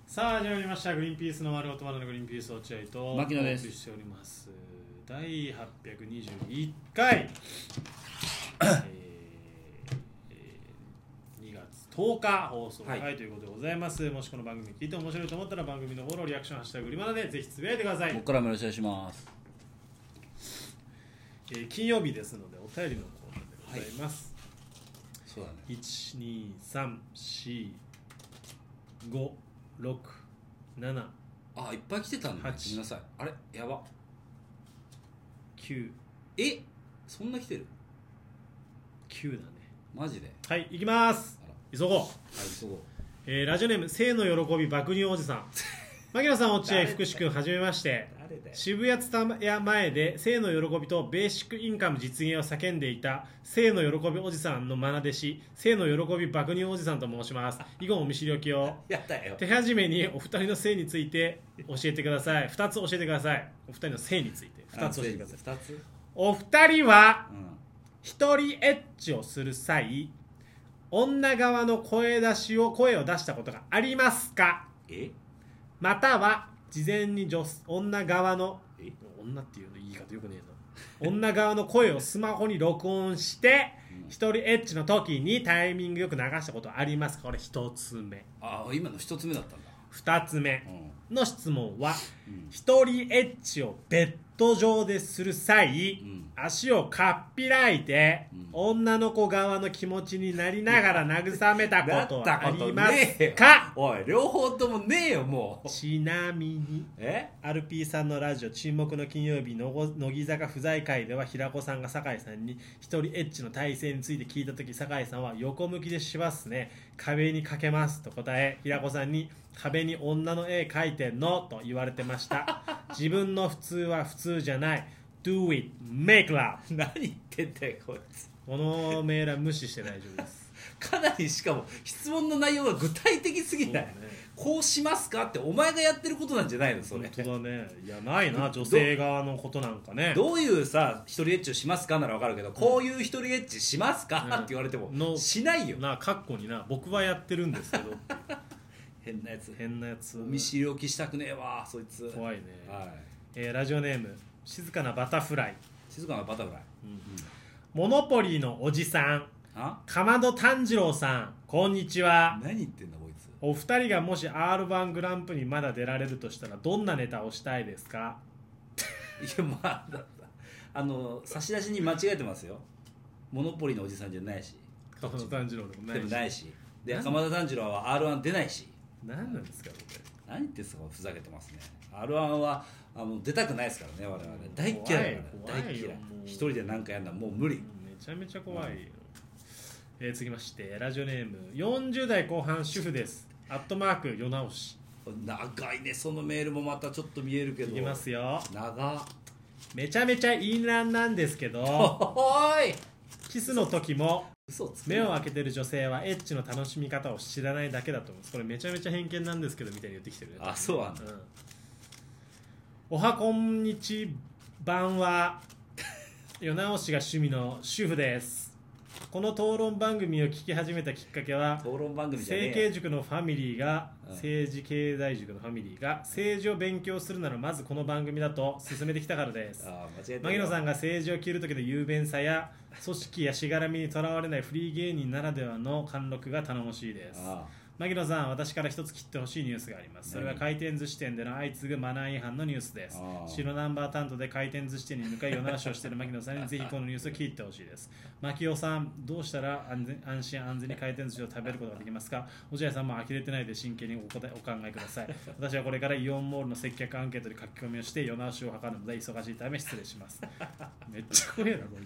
さあ始まりましたグリーンピースの丸ごと丸のグリーンピース落合と牧野です。 お送りしております第821回、2月10日放送回ということでございます、もしこの番組聞いて面白いと思ったら番組のフォローリアクションハッシュタググリマナでぜひつぶやいてください。 僕からもよろしくお願いします。 金曜日ですのでお便りのコーナーでございます、 そうだね。 1234567 あ、いっぱい来てたんだ。ご 8 めんなさい。あれやば。 9 そんな来てる？ 9だね。 マジで？ はい、行きます。 あら、 急ごう。 はい、そう。 ラジオネーム生の喜び爆乳おじさん。牧野さん、落合福士君、はじめまして。 誰だよ。 渋谷ツタヤ前で生の喜びとベーシックインカム実現を叫んでいた生の喜びおじさんの愛弟子生の喜び爆乳おじさんと申します。以後お見知りおきを。 やだよ。 手始めにお二人の性について教えてください。2つ教えてください。お二人の性について2つ教えてください。 2つ？ お二人はうん。 一人エッチをする際、女側の声を出したことがありますか？または事前に女側の女っていうの言い方よくねえな女側の声をスマホに録音して一人エッチの時にタイミングよく流したことはありますか？これ一つ目。 今の1つ目だったんだ。 二つ目うん。 の質問は、 うん一人エッチをベッド上でする際、 うん足をかっぴらいて、 うん女の子側の気持ちになりながら慰めたことはありますねえよか？ おい、両方ともねえよ、もう。 ちなみにアルピーさんのラジオ沈黙の金曜日乃木坂不在会では平子さんが酒井さんに一人エッチの体勢について聞いた時、酒井さんは横向きでしますね、壁にかけますと答え、平子さんに壁に女の絵描いてんのと言われてました自分の普通は普通じゃない、 Do it, make love。 何言ってんだよ、こいつ。 このメールは無視して大丈夫ですかなり、しかも質問の内容が具体的すぎない？ そうね、 こうしますかってお前がやってることなんじゃないのそれ？ 本当だね。いや、ないな、女性側のことなんかね。 どういうさ一人エッチをしますかなら分かるけど、こういう一人エッチしますか、って言われてもしないよ。 な、カッコにな、僕はやってるんですけど変なやつ。 変なやつ、 見知りおきしたくねえわそいつ。 怖いね、 はラジオネーム静かなバタフライ、 静かなバタフライ。 モノポリーのおじさんかまど炭治郎さん、こんにちは。 何言ってんだこいつ。 お二人がもし R1 グランプリにまだ出られるとしたらどんなネタをしたいですか？ いや、まあ差出しに間違えてますよ。モノポリのおじさんじゃないし、 かまど炭治郎でもないし。 ないし、で鎌田炭治郎は R1 出ないし。 何なんですかこれ。 何言ってんすか、ふざけてますね。 R1 は出たくないですからね、我々。大嫌いだから。 怖い大嫌い。 もう一人で何かやんだらもう無理。 めちゃめちゃ怖いよ、続きましてラジオネーム40代後半主婦です。アットマーク世直し。 長いね、そのメールもまたちょっと見えるけど。 いきますよ。 長。 めちゃめちゃいいなんなんですけどおーい、 キスの時も嘘つく目を開けてる女性はエッチの楽しみ方を知らないだけだと思うんです。これめちゃめちゃ偏見なんですけどみたいに言ってきてるね。 そうなんだ。 おはこんにちばんは世直しが趣味の主婦です。この討論番組を聞き始めたきっかけは、 討論番組じゃねえ政経塾のファミリーが、 うん政治経済塾のファミリーが政治を勉強するならまずこの番組だと勧めてきたからです。 間違えた。 牧野さんが政治を切る時の雄弁さや組織やしがらみにとらわれないフリー芸人ならではの貫禄が頼もしいです。牧野さん、私から一つ切ってほしいニュースがあります。それは回転寿司店での相次ぐマナー違反のニュースです。白ナンバー担当で回転寿司店に向かい夜ならしをしている牧野さんにぜひこのニュースを聞いてほしいです。牧野さん、どうしたら安心安全に回転寿司を食べることができますか？落合さんも呆れてないで真剣にお考えください。私はこれからイオンモールの接客アンケートに書き込みをして夜直しを図るので忙しいため失礼します。めっちゃ怖えなこい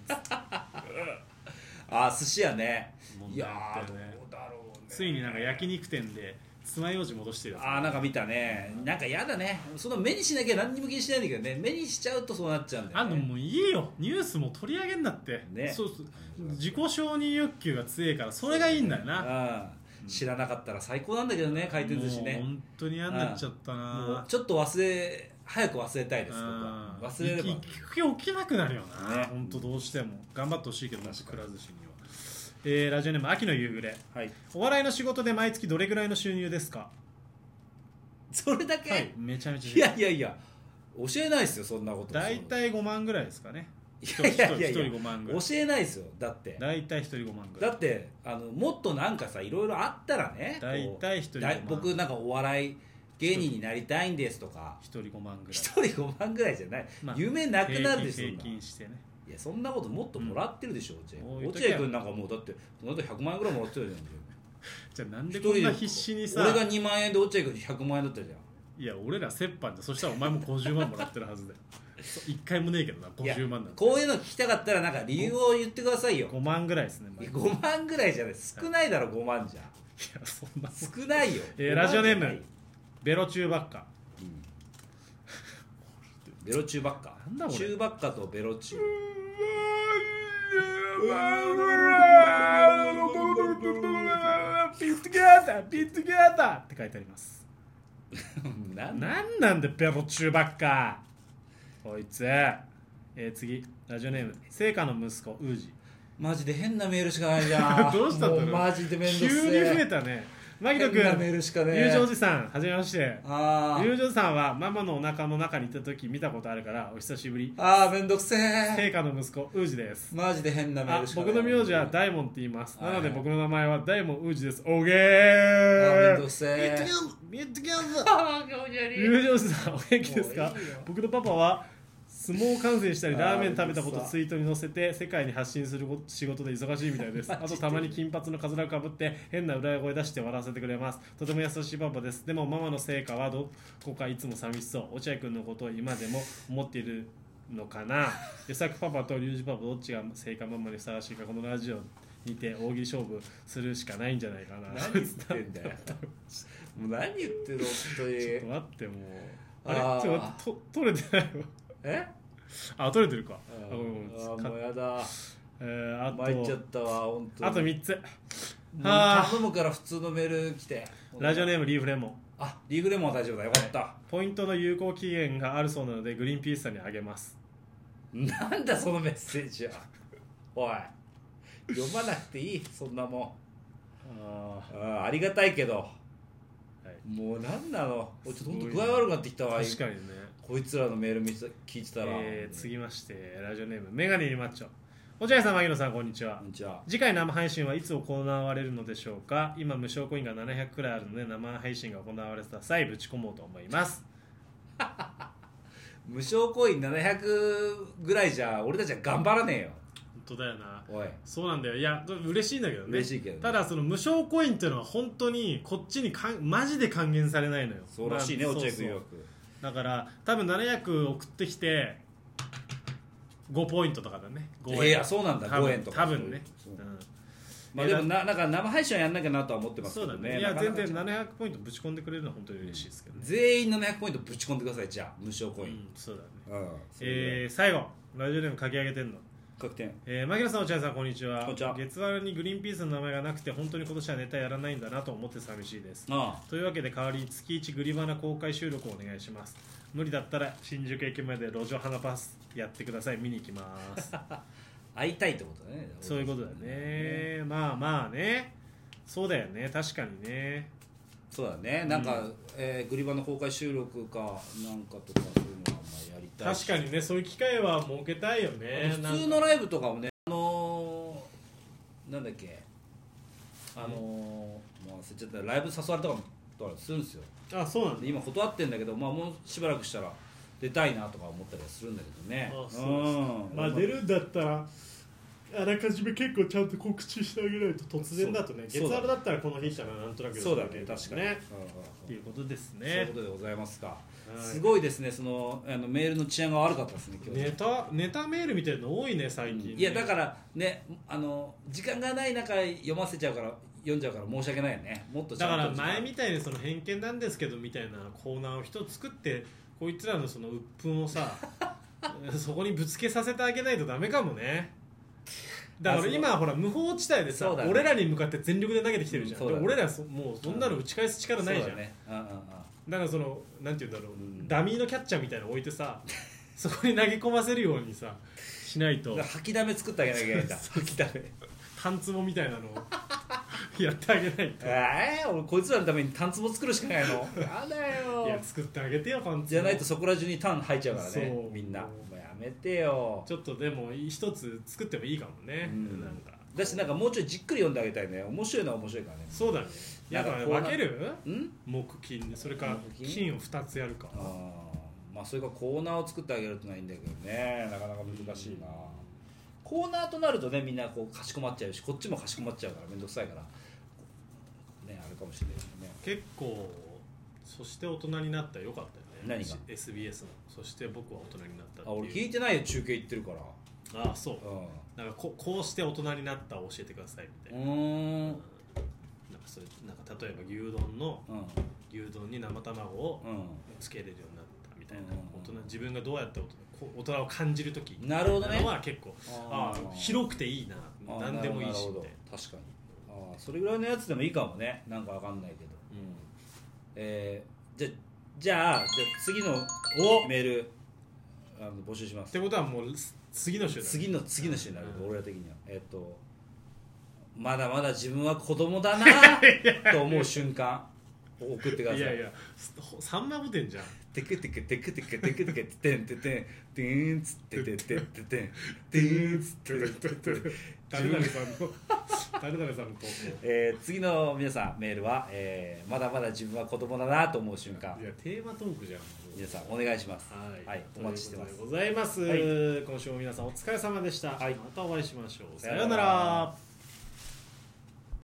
つ。 寿司屋ね。いやー、どうだろうね。 ついになんか焼肉店で爪楊枝戻してるやつ、 なんか見たね。なんかやだね。その目にしなきゃ何にも気にしないんだけどね、目にしちゃうとそうなっちゃうんだよね。 もういいよ、ニュースも取り上げんだってね。 そう自己承認欲求が強いからそれがいいんだよな。 知らなかったら最高なんだけどね、回転寿司ね。 もう本当に嫌になっちゃったな。 もうちょっと早く忘れたいです。僕は忘れれば行く気起きなくなるよな、 ね。 本当どうしても頑張ってほしいけどな、くら寿司には。ラジオネーム秋の夕暮れ、お笑いの仕事で毎月どれぐらいの収入ですか？ それだけ、 はい、めちゃめちゃいやいやいや教えないですよそんなこと。 大体5万ぐらいですかね。 いやいやいや 1人5万ぐらい教えないですよ。だって大体1人5万ぐらいだってもっとなんかさいろいろあったらね、 大体1人5万僕なんかお笑い芸人になりたいんですとか 1人5万ぐらい 1人5万ぐらいじゃない、まあ、夢なくなるでしょ。 平均してね。 いやそんなこともっともらってるでしょ、 うん、 落合君なんかもうだってこの後100万円ぐらいもらってたじゃんじゃあなんでこんな必死にさ俺が2万円で落合君100万円だったじゃん。 いや俺ら折半でそしたらお前も50万もらってるはずだよ1回もねえけどな50万なんて。 こういうの聞きたかったらなんか理由を言ってくださいよ。 5万ぐらいですね。 5万ぐらいじゃない少ないだろ5万じゃ。いやそんな少ないよ。 ラジオネームベロチューバッカ、 うん、ベロチューバッカなんだチューバッカとベロチューピッツギャーターピッツギャーターって書いてありますなんなんでベロチューバッカこいつ。次ラジオネーム聖火の息子ウージ。 マジで変なメールしかないじゃんどうしたんだろう。 マジで面倒くせえ。 急に増えたね。牧野君、 メールしかね。 友情おじさんはじめまして。友情おじさんはママのお腹の中にいた時見たことあるからお久しぶり。 めんどくせえ。 聖火の息子ウージです。 マジで変なメールしかない。 僕の名字は大門って言います。なので僕の名前は大門ウージです。オーケー。めんどくせえ。 友情おじさんお元気ですか。僕のパパは相撲観戦したりラーメン食べたことツイートに載せて世界に発信する仕事で忙しいみたいです。あとたまに金髪のカツラをかぶって変な裏声出して笑わせてくれます。とても優しいパパです。でもママの成果はどこかいつも寂しそう。落合君のことを今でも思っているのかな。与作パパと龍二パパどっちが成果ママにふさわしいかこのラジオにて大喜利勝負するしかないんじゃないかな。 何言ってんだよもう何言ってるの本当に。 ちょっと待ってもうあれちょっと取れてないわ。取れてるか。 もうやだ。 あと参っちゃったわ本当に。 あと3つ。 頼むから普通のメール来て。 ラジオネームリーフレモン。 リーフレモンは大丈夫だよかった。 ポイントの有効期限があるそうなのでグリーンピースさんにあげます。 なんだそのメッセージは。おい読まなくていいそんなもん。ありがたいけど、もうなんなの。ちょっと本当具合悪くなってきたわ。 確かにね。 こいつらのメール聞いてたら。 次ましてラジオネームメガネにマッチョ。落合さん、牧野さん、こんにちは。 こんにちは。 次回生配信はいつ行われるのでしょうか。今無償コインが700くらいあるので生配信が行われた際ぶち込もうと思います無償コイン700ぐらいじゃ俺たちは頑張らねえよ。 本当だよな。 おいそうなんだよ。いや嬉しいんだけどね。 嬉しいけどね。 ただその無償コインっていうのは本当にこっちにマジで還元されないのよ。 そうらしいね、落合君よく。 だから多分700送ってきて5ポイントとかだね。 いやそうなんだ。5円とか多分ね。 まあでもなんか生配信はやんなきゃなとは思ってますけどね。 そうだね。いや全然700ポイントぶち込んでくれるのは本当に嬉しいですけどね。 全員700ポイントぶち込んでください。じゃあ無償コイン。 そうだね。最後ラジオネーム書き上げてんの。 確定。 牧野さん、落合さん、こんにちは。 こんにちは。 月割にグリーンピースの名前がなくて本当に今年はネタやらないんだなと思って寂しいです。というわけで代わりに月1グリバナ公開収録をお願いします。無理だったら新宿駅まで路上花パスやってください。見に行きます会いたいってことだね。 そういうことだね。まあまあね。そうだよね。確かにね。 そうだね。なんか、グリバナ公開収録かなんかとかそういうのはやりたい。 確かにね。そういう機会は設けたいよね。 普通のライブとかもね、なんだっけ、もう忘れちゃった。ライブ誘われたかするんですよ。 そうなんだ。 今断ってんだけど、もうしばらくしたら出たいなとか思ったりはするんだけどね。 出るんだったらあらかじめ結構ちゃんと告知してあげないと。突然だとね。月あるだったらこの日したらなんとなくそうだね。確かにね。 っていうことですね。 そういうことでございますか。すごいですね。そのメールの治安が悪かったですね。今日ネタメールみたいなの多いね最近ね。 いやだからね、時間がない中読ませちゃうから読んじゃうから申し訳ないよね。もっとちゃんと。 だから前みたいにその偏見なんですけどみたいなコーナーを一つ作ってこいつらのその鬱憤をさそこにぶつけさせてあげないとダメかもね。だから今ほら無法地帯でさ、ね、俺らに向かって全力で投げてきてるじゃん。俺らもうそんなの打ち返す力ないじゃん。だからそのなんて言うんだろう、ダミーのキャッチャーみたいなの置いてさそこに投げ込ませるようにさしないと。 吐きだめ作ってあげなきゃいけないんだ。吐きだめタンツボみたいなのをやってあげないと。 俺こいつらのためにタンツボ作るしかないの。やだよ。 いや作ってあげてよパンツ。 じゃないとそこら中にタン入っちゃうからね。みんな。もうやめてよ。 ちょっとでも一つ作ってもいいかもね。なんか。 だしなんかもうちょいじっくり読んであげたいね。面白いのは面白いからね。 そうだね。なんか分ける？木金でそれか金を2つやるか。 まあそれかコーナーを作ってあげるってのはいいんだけどね。なかなか難しいな。コーナーとなるとねみんなこうかしこまっちゃうしこっちもかしこまっちゃうからめんどくさいからねあるかもしれないですね。 結構そして大人になったらよかったよね。 何が SBS のそして僕は大人になったっていう。 俺聞いてないよ中継行ってるから。 ああそう、なんかこうして大人になったを教えてくださいみたいな。なんかそれなんか例えば牛丼に生卵をつけれるようになったみたいな。大人自分がどうやって大人を感じるときなるほどねは結構広くていいな何でもいいしみたいな。 確かにそれぐらいのやつでもいいかもね。なんかわかんないけど、じゃあ次のメール募集します。 ってことはもう次の週になる俺ら的にはまだまだ自分は子供だなと思う瞬間送ってください。 いやいやさんま御殿じゃん。 テクテクテクテクテクテクテンテテンテーンツテテテテテンテーンツテテテテン。 誰々さんの投稿。 次の皆さんメールは、まだまだ自分は子供だなと思う瞬間。 いやテーマトークじゃん。 皆さんお願いします。 はい、 お待ちしてます。 ございます。今週も皆さんお疲れ様でした。またお会いしましょう。さようなら。